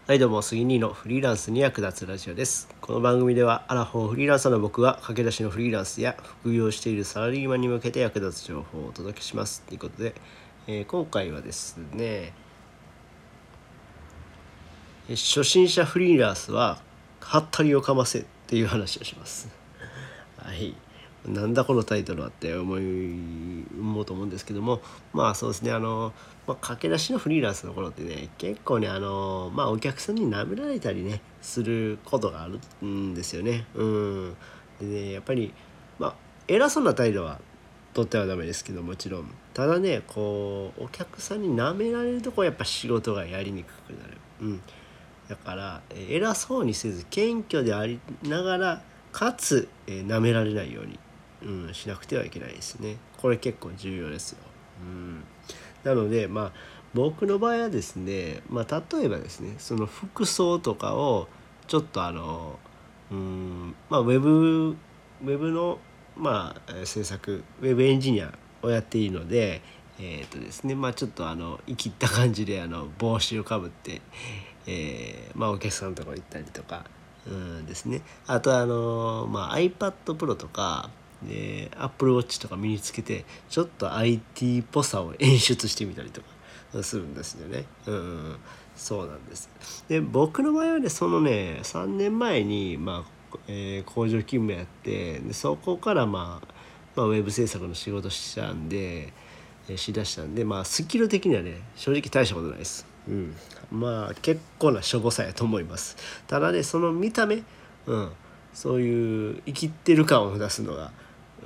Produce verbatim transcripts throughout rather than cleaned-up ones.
はいどうも、杉兄のフリーランスに役立つラジオです。この番組ではアラフォーフリーランサーの僕が駆け出しのフリーランスや副業しているサラリーマンに向けて役立つ情報をお届けしますということで、えー今回はですね、え初心者フリーランスはハッタリをかませっていう話をします。はい。なんだこのタイトルはって思い思うと思うんですけども、まあそうですね、あの、まあ、駆け出しのフリーランスの頃ってね、結構ね、あの、まあお客さんに舐められたりね、することがあるんですよね。うん。でね、やっぱり、まあ、偉そうな態度は取ってはダメですけど、もちろん。ただね、こう、お客さんに舐められるとこはやっぱ仕事がやりにくくなる。うん。だからえー偉そうにせず謙虚でありながらかつ、えー、舐められないように、うん、しなくてはいけないですね。これ結構重要ですよ。うん、なのでまあ僕の場合はですね、まあ、例えばですねその服装とかをちょっとあのうんまあウェブウェブのまあえー制作ウェブエンジニアをやっているのでえーとですねまあちょっとあの生きった感じであの帽子をかぶってえーまあ、お客さんのところ行ったりとか、うんですね。あとあの、まあ、iPad Pro とか、で Apple Watch とか身につけてちょっと アイティー っぽさを演出してみたりとかするんですよね。うん、そうなんです。で僕の場合はねそのねさんねんまえに、まあえー工場勤務やってでそこからまあまあ、ウェブ制作の仕事したんで、えーしだしたんで、まあ、スキル的にはね、正直大したことないです。うん。まあ、結構なしょぼさやと思います。ただね、その見た目、うん、そういう生きってる感を出すのが、うん、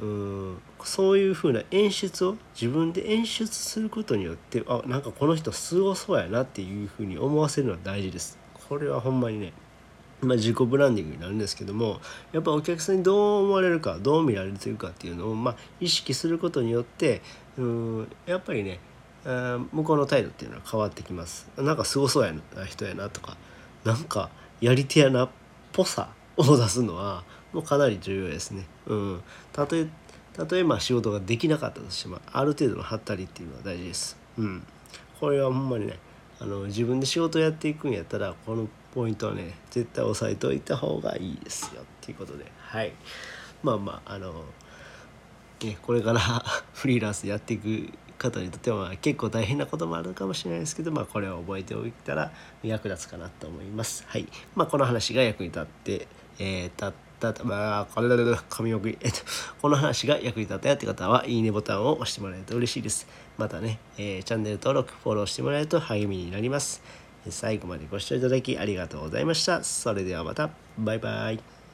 そういう風な演出を自分で演出することによって、あ、なんかこの人すごそうやなっていう風に思わせるのは大事です。これはほんまにね、まあ、自己ブランディングになるんですけどもやっぱお客さんにどう思われるかどう見られてるかっていうのを、まあ、意識することによってうんやっぱりねあ向こうの態度っていうのは変わってきます。なんかすごそうやな人やなとかなんかやり手やなっぽさを出すのはもうかなり重要ですね。うん、たとえたとえまあ仕事ができなかったとしてもある程度のハったりっていうのは大事です。うん、これはほんまにねあの自分で仕事をやっていくんやったらこのポイントはね絶対押さえておいた方がいいですよっていうことではいまあまああのねこれからフリーランスやっていく方にとっては結構大変なこともあるかもしれないですけどまあこれを覚えておいたら役立つかなと思いますはいまあこの話が役に立ってえー、たったまあこれだけ紙送りえっとこの話が役に立ったよって方はいいねボタンを押してもらえると嬉しいですまたね、えーチャンネル登録フォローしてもらえると励みになります最後までご視聴いただきありがとうございました。それではまた。バイバイ。